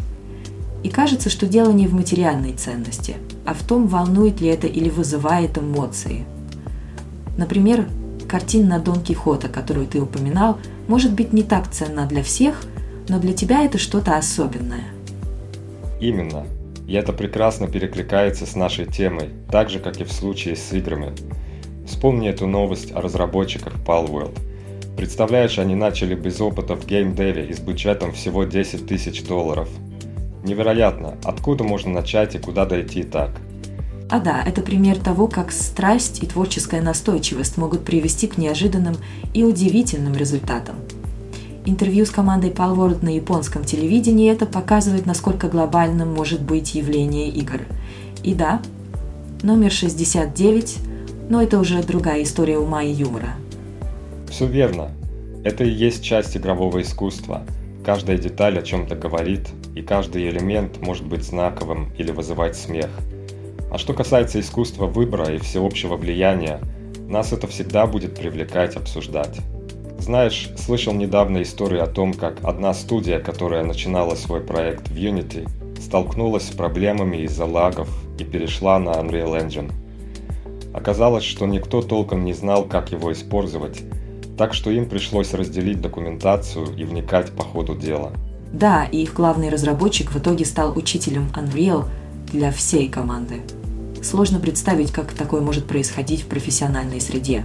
И кажется, что дело не в материальной ценности, а в том, волнует ли это или вызывает эмоции. Например, картина Дон Кихота, которую ты упоминал, может быть не так ценна для всех, но для тебя это что-то особенное. Именно. И это прекрасно перекликается с нашей темой, так же, как и в случае с играми. Вспомни эту новость о разработчиках Palworld. Представляешь, они начали без опыта в геймдеве и с бюджетом всего десять тысяч долларов. Невероятно, откуда можно начать и куда дойти так? А да, это пример того, как страсть и творческая настойчивость могут привести к неожиданным и удивительным результатам. Интервью с командой Palworld на японском телевидении это показывает, насколько глобальным может быть явление игр. И да, номер шестьдесят девять, но это уже другая история ума и юмора. Все верно. Это и есть часть игрового искусства. Каждая деталь о чем-то говорит, и каждый элемент может быть знаковым или вызывать смех. А что касается искусства выбора и всеобщего влияния, нас это всегда будет привлекать, обсуждать. Знаешь, слышал недавно историю о том, как одна студия, которая начинала свой проект в Unity, столкнулась с проблемами из-за лагов и перешла на Unreal Engine. Оказалось, что никто толком не знал, как его использовать, так что им пришлось разделить документацию и вникать по ходу дела. Да, и их главный разработчик в итоге стал учителем Unreal для всей команды. Сложно представить, как такое может происходить в профессиональной среде.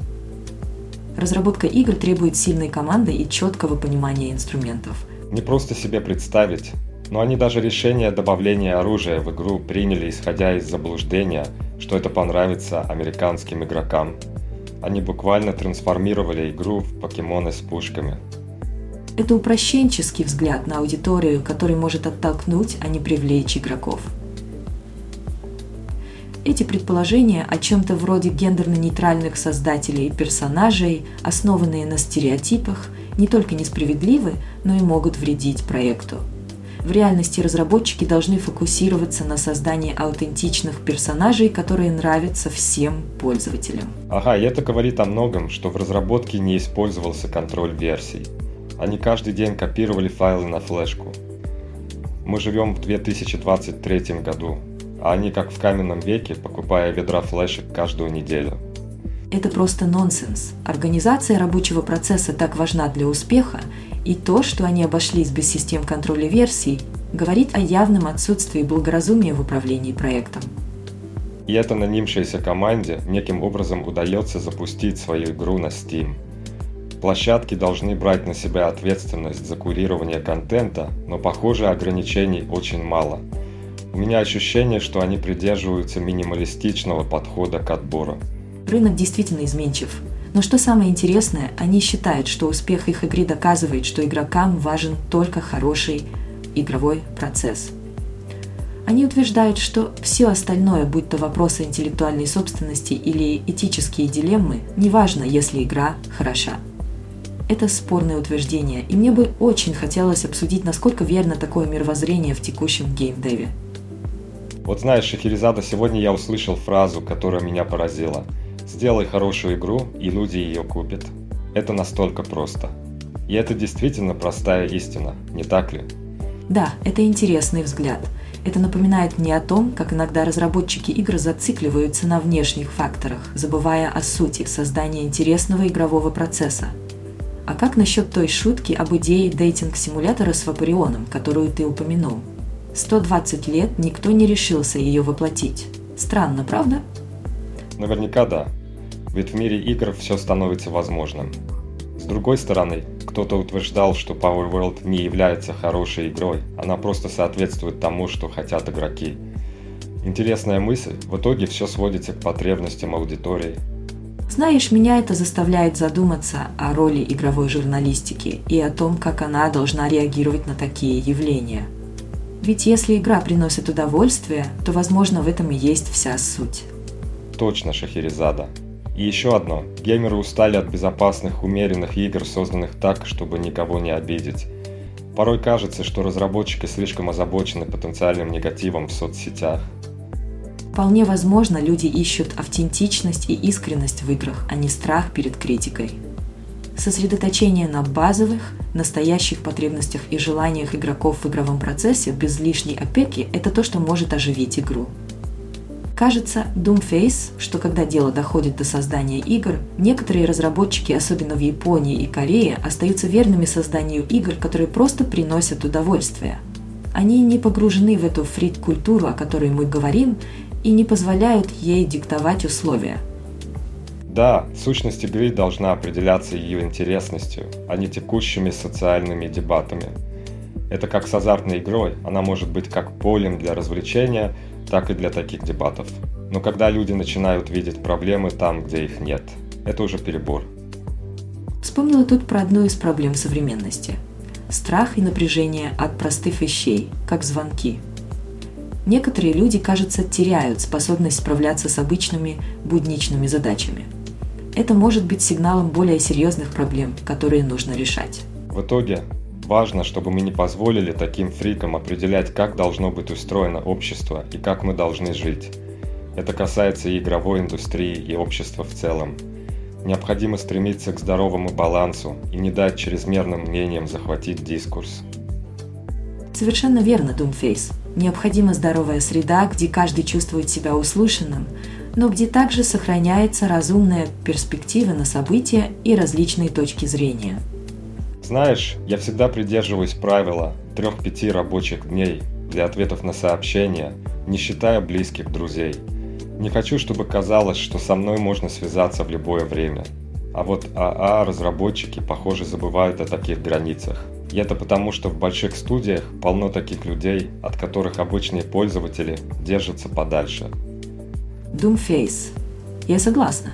Разработка игр требует сильной команды и четкого понимания инструментов. Не просто себе представить, но они даже решение добавления оружия в игру приняли, исходя из заблуждения, что это понравится американским игрокам. Они буквально трансформировали игру в покемоны с пушками. Это упрощенческий взгляд на аудиторию, который может оттолкнуть, а не привлечь игроков. Эти предположения о чем-то вроде гендерно-нейтральных создателей и персонажей, основанные на стереотипах, не только несправедливы, но и могут вредить проекту. В реальности разработчики должны фокусироваться на создании аутентичных персонажей, которые нравятся всем пользователям. Ага, и это говорит о многом, что в разработке не использовался контроль версий. Они каждый день копировали файлы на флешку. Мы живем в две тысячи двадцать третьем году. А они, как в каменном веке, покупая ведра флешек каждую неделю. Это просто нонсенс. Организация рабочего процесса так важна для успеха, и то, что они обошлись без систем контроля версий, говорит о явном отсутствии благоразумия в управлении проектом. И это нанимшейся команде неким образом удается запустить свою игру на Steam. Площадки должны брать на себя ответственность за курирование контента, но, похоже, ограничений очень мало. У меня ощущение, что они придерживаются минималистичного подхода к отбору. Рынок действительно изменчив. Но что самое интересное, они считают, что успех их игры доказывает, что игрокам важен только хороший игровой процесс. Они утверждают, что все остальное, будь то вопросы интеллектуальной собственности или этические дилеммы, неважно, если игра хороша. Это спорное утверждение, и мне бы очень хотелось обсудить, насколько верно такое мировоззрение в текущем геймдеве. Вот знаешь, Шахерезада, сегодня я услышал фразу, которая меня поразила. «Сделай хорошую игру, и люди ее купят». Это настолько просто. И это действительно простая истина, не так ли? Да, это интересный взгляд. Это напоминает мне о том, как иногда разработчики игр зацикливаются на внешних факторах, забывая о сути создания интересного игрового процесса. А как насчет той шутки об идее дейтинг-симулятора с Вапорионом, которую ты упомянул? сто двадцать лет никто не решился ее воплотить. Странно, правда? Наверняка да. Ведь в мире игр все становится возможным. С другой стороны, кто-то утверждал, что Palworld не является хорошей игрой, она просто соответствует тому, что хотят игроки. Интересная мысль, в итоге все сводится к потребностям аудитории. Знаешь, меня это заставляет задуматься о роли игровой журналистики и о том, как она должна реагировать на такие явления. Ведь если игра приносит удовольствие, то, возможно, в этом и есть вся суть. Точно, Шахерезада. И еще одно. Геймеры устали от безопасных, умеренных игр, созданных так, чтобы никого не обидеть. Порой кажется, что разработчики слишком озабочены потенциальным негативом в соцсетях. Вполне возможно, люди ищут автентичность и искренность в играх, а не страх перед критикой. Сосредоточение на базовых, настоящих потребностях и желаниях игроков в игровом процессе без лишней опеки – это то, что может оживить игру. Кажется, Doomface, что когда дело доходит до создания игр, некоторые разработчики, особенно в Японии и Корее, остаются верными созданию игр, которые просто приносят удовольствие. Они не погружены в эту фрик-культуру, о которой мы говорим, и не позволяют ей диктовать условия. Да, сущность игры должна определяться ее интересностью, а не текущими социальными дебатами. Это как с азартной игрой, она может быть как полем для развлечения, так и для таких дебатов. Но когда люди начинают видеть проблемы там, где их нет, это уже перебор. Вспомнила тут про одну из проблем современности – страх и напряжение от простых вещей, как звонки. Некоторые люди, кажется, теряют способность справляться с обычными будничными задачами. Это может быть сигналом более серьезных проблем, которые нужно решать. В итоге, важно, чтобы мы не позволили таким фрикам определять, как должно быть устроено общество и как мы должны жить. Это касается и игровой индустрии, и общества в целом. Необходимо стремиться к здоровому балансу и не дать чрезмерным мнениям захватить дискурс. Совершенно верно, Doomface. Необходима здоровая среда, где каждый чувствует себя услышанным, но где также сохраняется разумная перспектива на события и различные точки зрения. Знаешь, я всегда придерживаюсь правила трех-пяти рабочих дней для ответов на сообщения, не считая близких друзей. Не хочу, чтобы казалось, что со мной можно связаться в любое время. А вот АА-разработчики, похоже, забывают о таких границах. И это потому, что в больших студиях полно таких людей, от которых обычные пользователи держатся подальше. Doomface. Я согласна.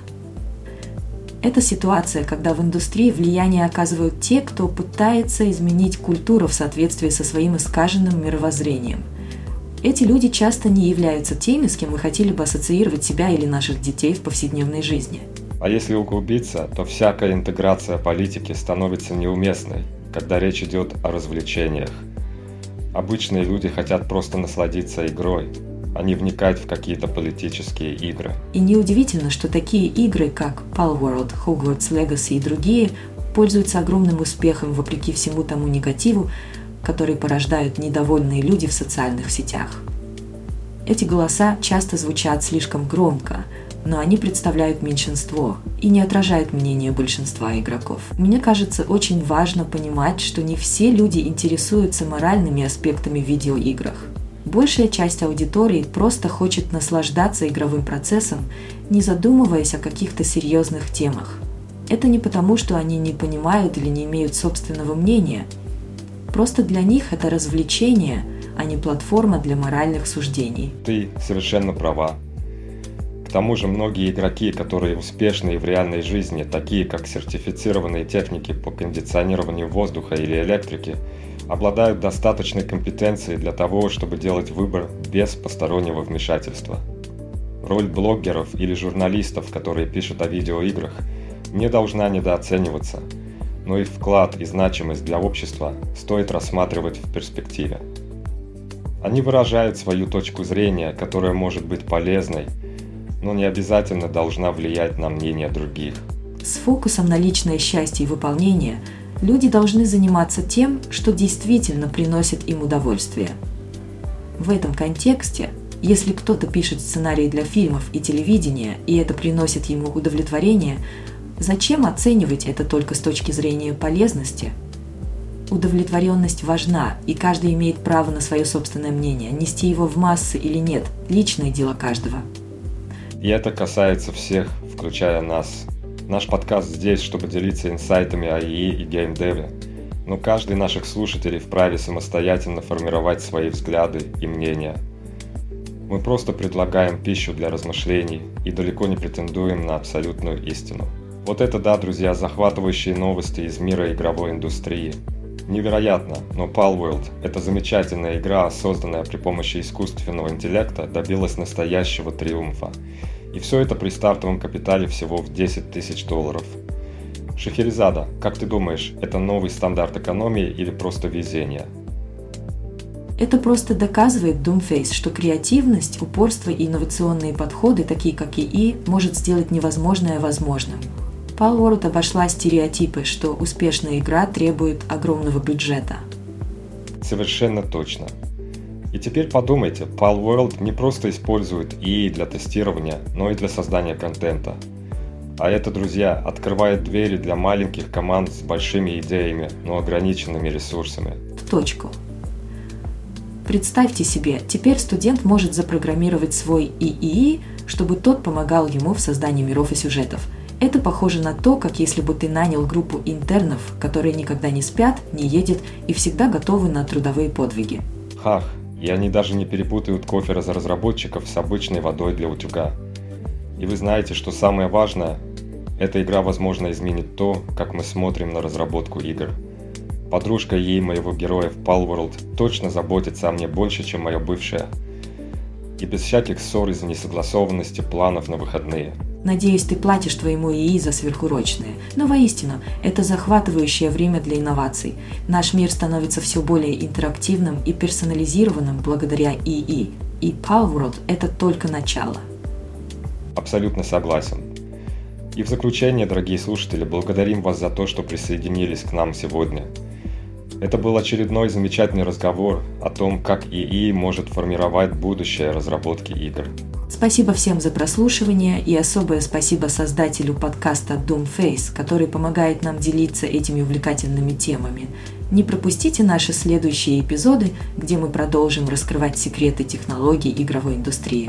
Это ситуация, когда в индустрии влияние оказывают те, кто пытается изменить культуру в соответствии со своим искаженным мировоззрением. Эти люди часто не являются теми, с кем мы хотели бы ассоциировать себя или наших детей в повседневной жизни. А если углубиться, то всякая интеграция политики становится неуместной, когда речь идет о развлечениях. Обычные люди хотят просто насладиться игрой, а не вникать в какие-то политические игры. И неудивительно, что такие игры, как Palworld, Hogwarts Legacy и другие, пользуются огромным успехом вопреки всему тому негативу, который порождают недовольные люди в социальных сетях. Эти голоса часто звучат слишком громко, но они представляют меньшинство и не отражают мнение большинства игроков. Мне кажется, очень важно понимать, что не все люди интересуются моральными аспектами в видеоиграх. Большая часть аудитории просто хочет наслаждаться игровым процессом, не задумываясь о каких-то серьезных темах. Это не потому, что они не понимают или не имеют собственного мнения. Просто для них это развлечение, а не платформа для моральных суждений. Ты совершенно права. К тому же многие игроки, которые успешны в реальной жизни, такие как сертифицированные техники по кондиционированию воздуха или электрики, обладают достаточной компетенцией для того, чтобы делать выбор без постороннего вмешательства. Роль блогеров или журналистов, которые пишут о видеоиграх, не должна недооцениваться, но их вклад и значимость для общества стоит рассматривать в перспективе. Они выражают свою точку зрения, которая может быть полезной, но не обязательно должна влиять на мнение других. С фокусом на личное счастье и выполнение люди должны заниматься тем, что действительно приносит им удовольствие. В этом контексте, если кто-то пишет сценарии для фильмов и телевидения, и это приносит ему удовлетворение, зачем оценивать это только с точки зрения полезности? Удовлетворенность важна, и каждый имеет право на свое собственное мнение, нести его в массы или нет – личное дело каждого. И это касается всех, включая нас. Наш подкаст здесь, чтобы делиться инсайтами о ИИ и геймдеве, но каждый из наших слушателей вправе самостоятельно формировать свои взгляды и мнения. Мы просто предлагаем пищу для размышлений и далеко не претендуем на абсолютную истину. Вот это да, друзья, захватывающие новости из мира игровой индустрии. Невероятно, но Palworld – это замечательная игра, созданная при помощи искусственного интеллекта, добилась настоящего триумфа. И все это при стартовом капитале всего в десять тысяч долларов. Шахерезада, как ты думаешь, это новый стандарт экономии или просто везение? Это просто доказывает Doomface, что креативность, упорство и инновационные подходы, такие как ИИ, может сделать невозможное возможным. Palworld обошла стереотипы, что успешная игра требует огромного бюджета. Совершенно точно. И теперь подумайте, Palworld не просто использует ИИ для тестирования, но и для создания контента. А это, друзья, открывает двери для маленьких команд с большими идеями, но ограниченными ресурсами. В точку. Представьте себе, теперь студент может запрограммировать свой ИИ, чтобы тот помогал ему в создании миров и сюжетов. Это похоже на то, как если бы ты нанял группу интернов, которые никогда не спят, не едят и всегда готовы на трудовые подвиги. Хах, и они даже не перепутают кофе из разработчиков с обычной водой для утюга. И вы знаете, что самое важное? Эта игра, возможно, изменит то, как мы смотрим на разработку игр. Подружка ей моего героя в Palworld точно заботится о мне больше, чем моя бывшая. И без всяких ссор из-за несогласованности планов на выходные. Надеюсь, ты платишь твоему ИИ за сверхурочные. Но воистину, это захватывающее время для инноваций. Наш мир становится все более интерактивным и персонализированным благодаря ИИ. И Palworld – это только начало. Абсолютно согласен. И в заключение, дорогие слушатели, благодарим вас за то, что присоединились к нам сегодня. Это был очередной замечательный разговор о том, как ИИ может формировать будущее разработки игр. Спасибо всем за прослушивание и особое спасибо создателю подкаста Doomface, который помогает нам делиться этими увлекательными темами. Не пропустите наши следующие эпизоды, где мы продолжим раскрывать секреты технологий игровой индустрии.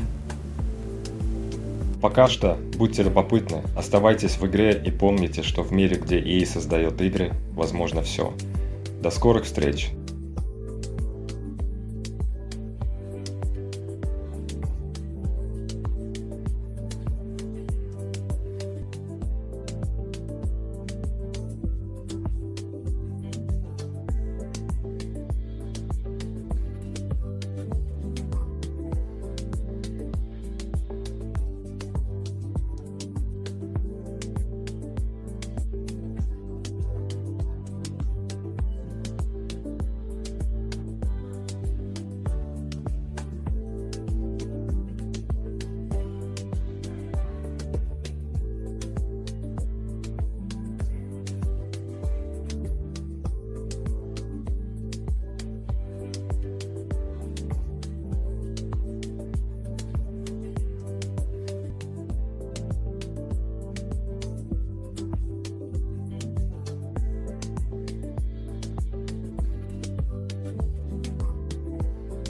Пока что будьте любопытны, оставайтесь в игре и помните, что в мире, где ИИ создает игры, возможно все. До скорых встреч!